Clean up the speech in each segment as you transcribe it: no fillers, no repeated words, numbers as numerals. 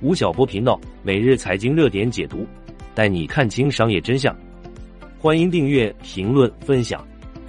吴晓波频道每日财经热点解读，带你看清商业真相。欢迎订阅、评论、分享。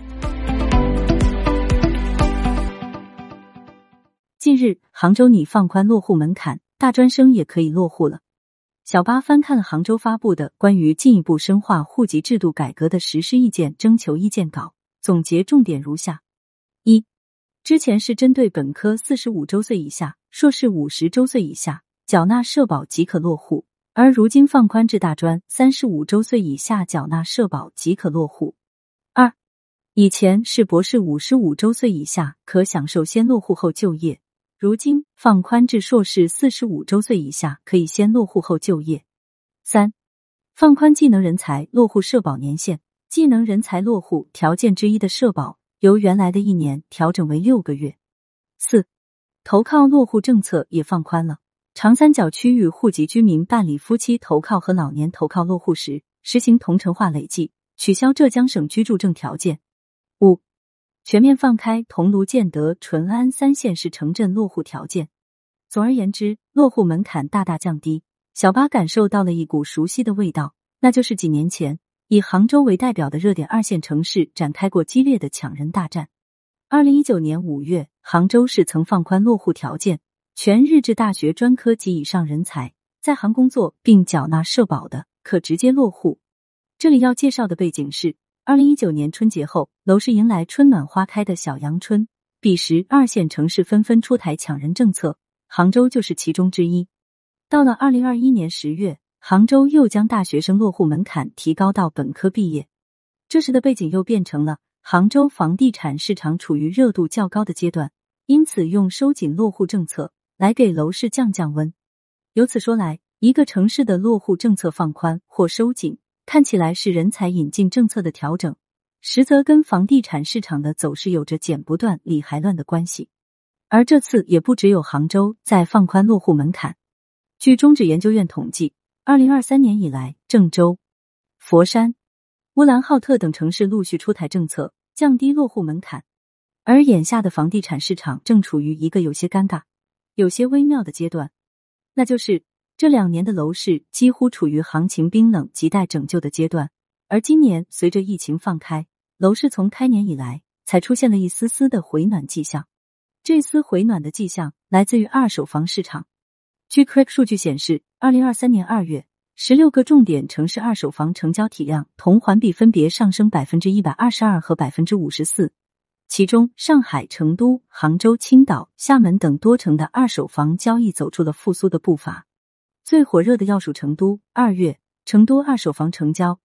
近日，杭州拟放宽落户门槛，大专生也可以落户了。小巴翻看了杭州发布的关于进一步深化户籍制度改革的实施意见征求意见稿，总结重点如下：一、之前是针对本科45周岁以下、硕士50周岁以下缴纳社保即可落户，而如今放宽至大专35周岁以下缴纳社保即可落户。二、以前是博士55周岁以下可享受先落户后就业，如今放宽至硕士45周岁以下可以先落户后就业。三、放宽技能人才落户社保年限，技能人才落户条件之一的社保由原来的1年调整为6个月。四、投靠落户政策也放宽了，长三角区域户籍居民办理夫妻投靠和老年投靠落户时，实行同城化累计，取消浙江省居住证条件。五、全面放开桐庐、建德、淳安3县市城镇落户条件。总而言之，落户门槛大大降低，小巴感受到了一股熟悉的味道，那就是几年前以杭州为代表的热点2线城市展开过激烈的抢人大战。2019年5月，杭州市曾放宽落户条件，全日制大学专科及以上人才在杭工作并缴纳社保的，可直接落户。这里要介绍的背景是2019年春节后，楼市迎来春暖花开的小阳春，彼时2线城市纷纷出台抢人政策，杭州就是其中之一。到了2021年10月，杭州又将大学生落户门槛提高到本科毕业。这时的背景又变成了杭州房地产市场处于热度较高的阶段，因此用收紧落户政策来给楼市降温。由此说来，一个城市的落户政策放宽或收紧，看起来是人才引进政策的调整，实则跟房地产市场的走势有着剪不断理还乱的关系。而这次也不只有杭州在放宽落户门槛。据中指研究院统计，2023年以来，郑州、佛山、乌兰浩特等城市陆续出台政策，降低落户门槛。而眼下的房地产市场正处于一个有些尴尬、有些微妙的阶段，那就是这2年的楼市几乎处于行情冰冷、亟待拯救的阶段。而今年随着疫情放开，楼市从开年以来才出现了一丝丝的回暖迹象。这丝回暖的迹象来自于二手房市场。据 CREC 数据显示，2023年2月，16个重点城市二手房成交体量同环比分别上升 122% 和 54%。其中，上海、成都、杭州、青岛、厦门等多城的二手房交易走出了复苏的步伐。最火热的要数成都，2月，成都二手房成交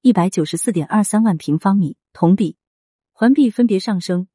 194.23 万平方米，同比、环比分别上升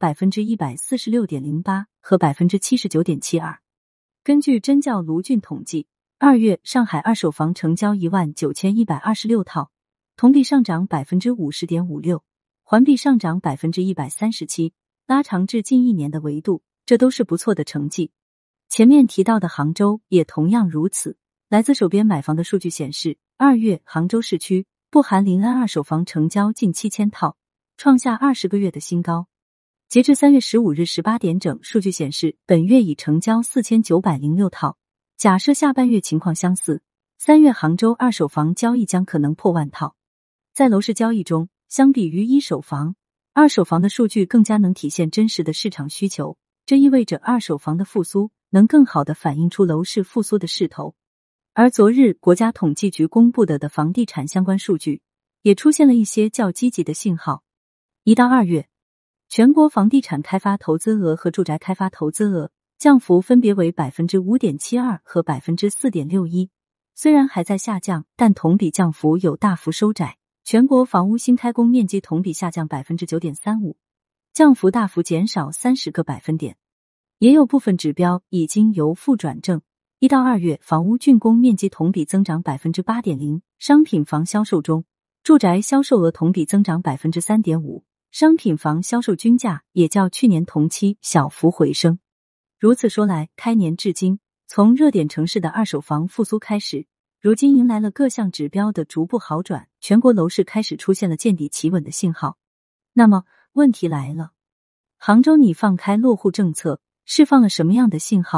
146.08% 和 79.72%。根据真教卢俊统计，2月上海二手房成交19126套，同比上涨 50.56%， 环比上涨 137%，拉长至近1年的维度，这都是不错的成绩。前面提到的杭州也同样如此。来自手边买房的数据显示，2月杭州市区不含临安二手房成交近7000套，创下20个月的新高。截至3月15日18点整，数据显示本月已成交4906套。假设下半月情况相似，3月杭州二手房交易将可能破万套。在楼市交易中，相比于一手房，二手房的数据更加能体现真实的市场需求，这意味着二手房的复苏能更好地反映出楼市复苏的势头。而昨日国家统计局公布的房地产相关数据也出现了一些较积极的信号。1到2月，全国房地产开发投资额和住宅开发投资额降幅分别为 5.72% 和 4.61%， 虽然还在下降，但同比降幅有大幅收窄。全国房屋新开工面积同比下降 9.35%， 降幅大幅减少30个百分点。也有部分指标已经由负转正。1到2月，房屋竣工面积同比增长 8.0%， 商品房销售中，住宅销售额同比增长 3.5%， 商品房销售均价也较去年同期小幅回升。如此说来，开年至今，从热点城市的二手房复苏开始，如今迎来了各项指标的逐步好转，全国楼市开始出现了见底企稳的信号。那么问题来了，杭州拟放开落户政策，释放了什么样的信号？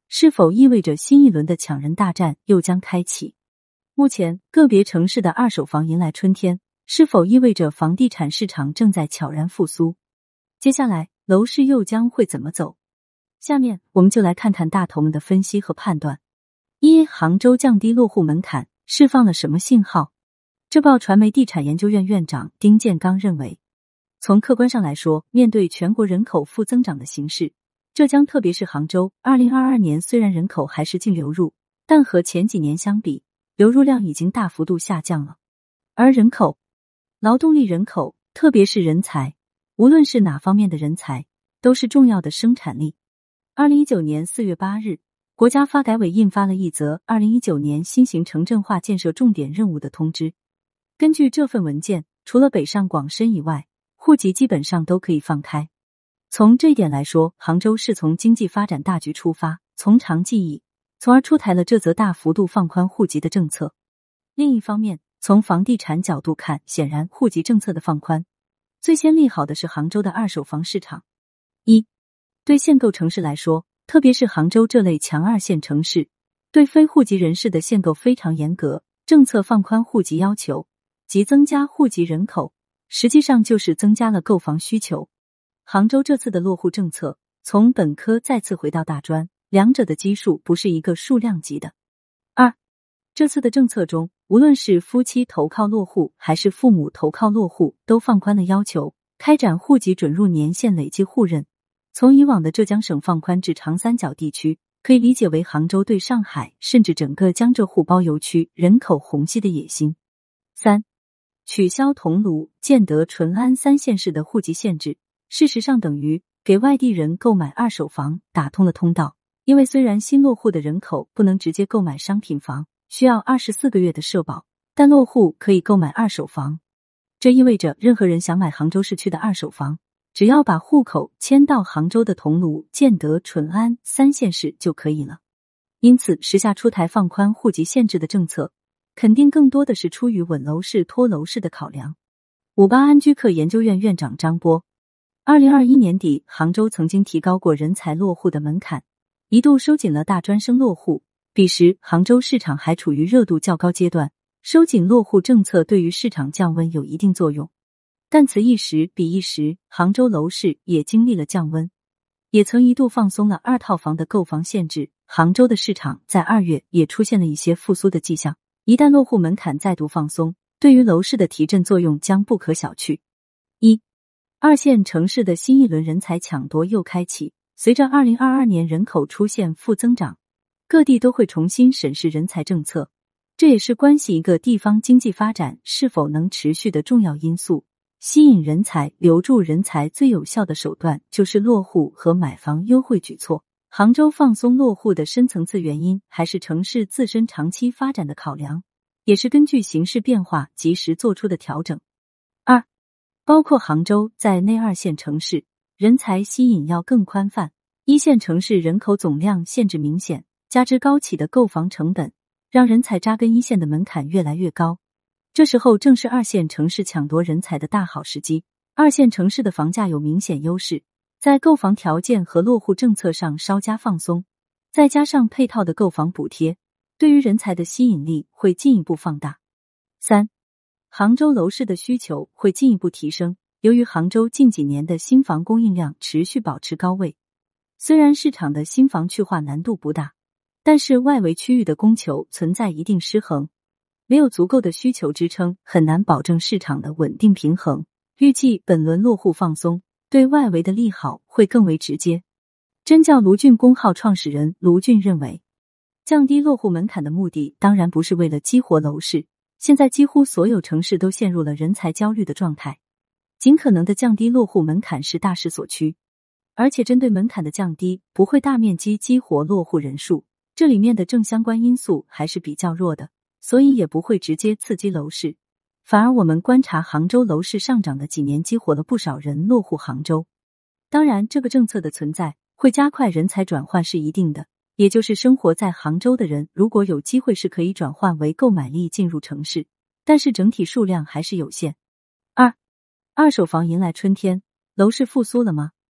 是否意味着新一轮的抢人大战又将开启？目前个别城市的二手房迎来春天，是否意味着房地产市场正在悄然复苏？接下来楼市又将会怎么走？下面我们就来看看大头们的分析和判断。一、杭州降低落户门槛，释放了什么信号？浙报传媒地产研究院院长丁建刚认为，从客观上来说，面对全国人口负增长的形势，浙江特别是杭州2022年虽然人口还是净流入，但和前几年相比，流入量已经大幅度下降了。而人口、劳动力人口，特别是人才，无论是哪方面的人才，都是重要的生产力。2019年4月8日，国家发改委印发了一则2019年新型城镇化建设重点任务的通知。根据这份文件，除了北上广深以外，户籍基本上都可以放开。从这一点来说，杭州是从经济发展大局出发，从长计议，从而出台了这则大幅度放宽户籍的政策。另一方面，从房地产角度看，显然户籍政策的放宽，最先利好的是杭州的二手房市场。一、对限购城市来说，特别是杭州这类强二线城市，对非户籍人士的限购非常严格，政策放宽户籍要求，即增加户籍人口，实际上就是增加了购房需求。杭州这次的落户政策，从本科再次回到大专，两者的基数不是一个数量级的。二、这次的政策中，无论是夫妻投靠落户还是父母投靠落户，都放宽了要求，开展户籍准入年限累计互认。从以往的浙江省放宽至长三角地区，可以理解为杭州对上海甚至整个江浙沪包邮区人口虹吸的野心。三、取消桐庐、建德、淳安三县市的户籍限制，事实上等于给外地人购买二手房打通了通道。因为虽然新落户的人口不能直接购买商品房，需要24个月的社保，但落户可以购买二手房。这意味着任何人想买杭州市区的二手房，只要把户口迁到杭州的桐庐、建德、淳安三县市就可以了。因此，时下出台放宽户籍限制的政策，肯定更多的是出于稳楼市、托楼市的考量。58安居客研究院院长张波，2021年底，杭州曾经提高过人才落户的门槛，一度收紧了大专生落户。彼时，杭州市场还处于热度较高阶段，收紧落户政策对于市场降温有一定作用。但此一时彼一时，杭州楼市也经历了降温，也曾一度放松了2套房的购房限制。杭州的市场在2月也出现了一些复苏的迹象，一旦落户门槛再度放松，对于楼市的提振作用将不可小觑。一、二线城市的新一轮人才抢夺又开启。随着2022年人口出现负增长，各地都会重新审视人才政策，这也是关系一个地方经济发展是否能持续的重要因素。吸引人才、留住人才最有效的手段就是落户和买房优惠举措。杭州放松落户的深层次原因还是城市自身长期发展的考量，也是根据形势变化及时做出的调整。二、包括杭州在内2线城市，人才吸引要更宽泛。1线城市人口总量限制明显，加之高企的购房成本，让人才扎根1线的门槛越来越高。这时候正是2线城市抢夺人才的大好时机。2线城市的房价有明显优势，在购房条件和落户政策上稍加放松，再加上配套的购房补贴，对于人才的吸引力会进一步放大。三、杭州楼市的需求会进一步提升。由于杭州近几年的新房供应量持续保持高位，虽然市场的新房去化难度不大，但是外围区域的供求存在一定失衡，没有足够的需求支撑，很难保证市场的稳定平衡。预计本轮落户放松对外围的利好会更为直接。真教卢俊公号创始人卢俊认为，降低落户门槛的目的当然不是为了激活楼市，现在几乎所有城市都陷入了人才焦虑的状态，尽可能的降低落户门槛是大势所趋。而且针对门槛的降低不会大面积激活落户人数，这里面的正相关因素还是比较弱的，所以也不会直接刺激楼市。反而我们观察杭州楼市上涨的几年，激活了不少人落户杭州。当然，这个政策的存在会加快人才转换是一定的，也就是生活在杭州的人如果有机会是可以转换为购买力进入城市，但是整体数量还是有限。二、二手房迎来春天，楼市复苏了吗？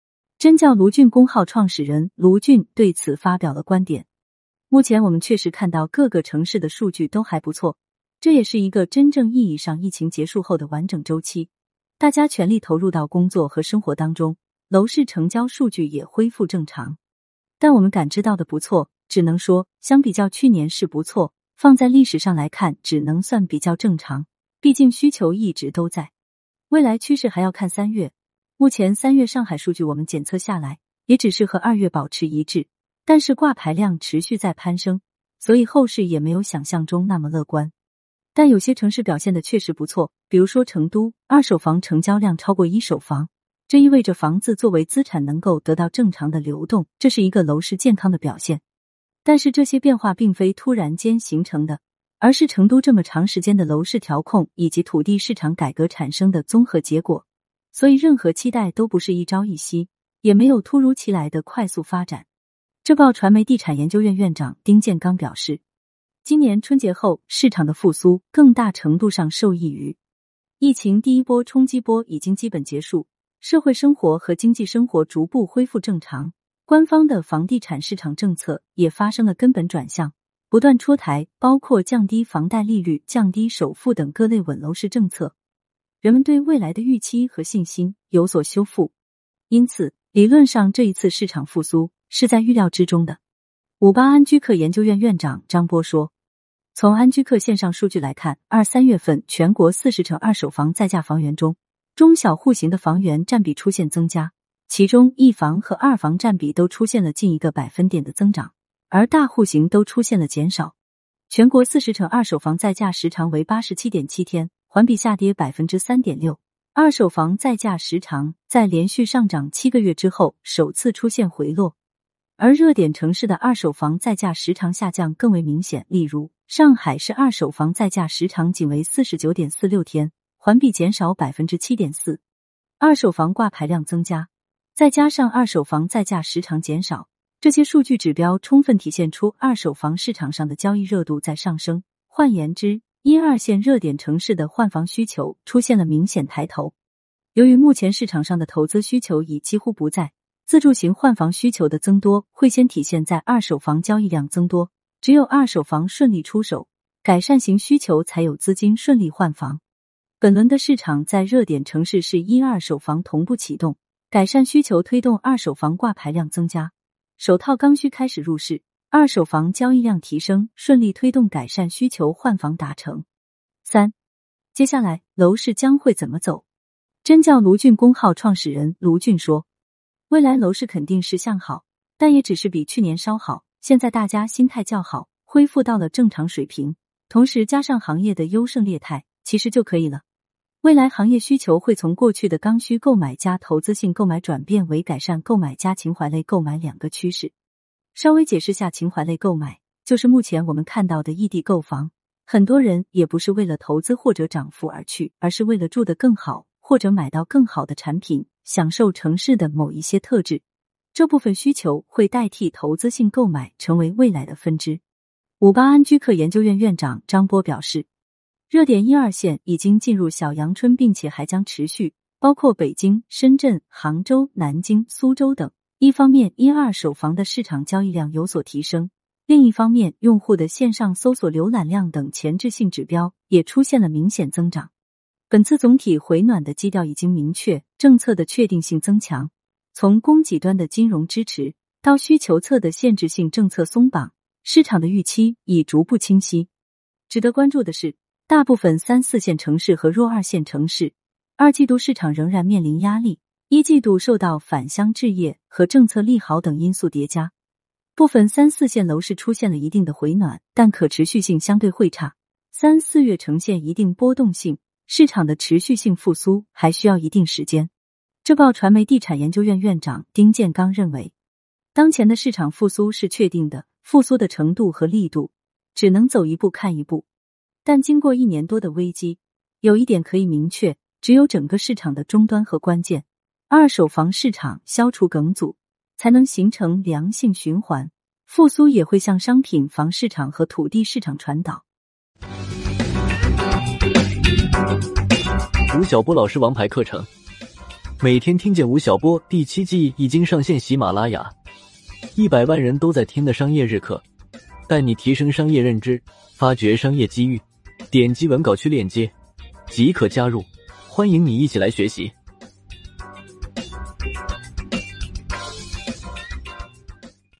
真教卢俊公号创始人卢俊对此发表了观点。目前我们确实看到各个城市的数据都还不错，这也是一个真正意义上疫情结束后的完整周期，大家全力投入到工作和生活当中，楼市成交数据也恢复正常。但我们感知到的不错，只能说相比较去年是不错，放在历史上来看只能算比较正常，毕竟需求一直都在。未来趋势还要看3月，目前3月上海数据我们检测下来也只是和2月保持一致，但是挂牌量持续在攀升，所以后市也没有想象中那么乐观。但有些城市表现的确实不错，比如说成都，2手房成交量超过1手房，这意味着房子作为资产能够得到正常的流动，这是一个楼市健康的表现。但是这些变化并非突然间形成的，而是成都这么长时间的楼市调控以及土地市场改革产生的综合结果，所以任何期待都不是一朝一夕，也没有突如其来的快速发展。浙报传媒地产研究院院长丁建刚表示，今年春节后市场的复苏更大程度上受益于疫情第一波冲击波已经基本结束，社会生活和经济生活逐步恢复正常，官方的房地产市场政策也发生了根本转向，不断出台包括降低房贷利率、降低首付等各类稳楼市政策，人们对未来的预期和信心有所修复。因此，理论上这一次市场复苏是在预料之中的。58安居客研究院院长张波说，从安居客线上数据来看，2-3月份全国40成2手房在价房源中，中小户型的房源占比出现增加，其中一房和二房占比都出现了近1个百分点的增长，而大户型都出现了减少。全国40成2手房在价时长为 87.7 天，环比下跌 3.6%。二手房在价时长在连续上涨7个月之后首次出现回落，而热点城市的二手房在价时长下降更为明显，例如上海市二手房在价时长仅为 49.46 天，环比减少 7.4%。二手房挂牌量增加，再加上二手房在价时长减少，这些数据指标充分体现出二手房市场上的交易热度在上升。换言之，1、2线热点城市的换房需求出现了明显抬头。由于目前市场上的投资需求已几乎不在，自住型换房需求的增多会先体现在二手房交易量增多，只有二手房顺利出手，改善型需求才有资金顺利换房。本轮的市场在热点城市是1、2手房同步启动，改善需求推动二手房挂牌量增加，首套刚需开始入市，二手房交易量提升，顺利推动改善需求换房达成。3. 接下来楼市将会怎么走？真教卢俊公号创始人卢俊说，未来楼市肯定是向好，但也只是比去年稍好，现在大家心态较好，恢复到了正常水平，同时加上行业的优胜劣汰，其实就可以了。未来行业需求会从过去的刚需购买加投资性购买转变为改善购买加情怀类购买2个趋势。稍微解释下情怀类购买，就是目前我们看到的异地购房，很多人也不是为了投资或者涨幅而去，而是为了住得更好，或者买到更好的产品，享受城市的某一些特质。这部分需求会代替投资性购买成为未来的分支。58安居客研究院院长张波表示，热点1、2线已经进入小阳春，并且还将持续，包括北京、深圳、杭州、南京、苏州等。一方面1、2手房的市场交易量有所提升，另一方面用户的线上搜索浏览量等前置性指标也出现了明显增长。本次总体回暖的基调已经明确，政策的确定性增强，从供给端的金融支持到需求侧的限制性政策松绑，市场的预期已逐步清晰。值得关注的是，大部分3、4线城市和弱2线城市2季度市场仍然面临压力，1季度受到返乡置业和政策利好等因素叠加，部分3、4线楼市出现了一定的回暖，但可持续性相对会差，3、4月呈现一定波动性，市场的持续性复苏还需要一定时间。浙报传媒地产研究院院长丁建刚认为，当前的市场复苏是确定的，复苏的程度和力度只能走一步看一步。但经过1年多的危机，有一点可以明确，只有整个市场的终端和关键二手房市场消除梗阻，才能形成良性循环，复苏也会向商品房市场和土地市场传导。 吴晓波老师王牌课程每天听见吴晓波第7季已经上线喜马拉雅，100万人都在听的商业日课，带你提升商业认知，发掘商业机遇。点击文稿区链接即可加入，欢迎你一起来学习。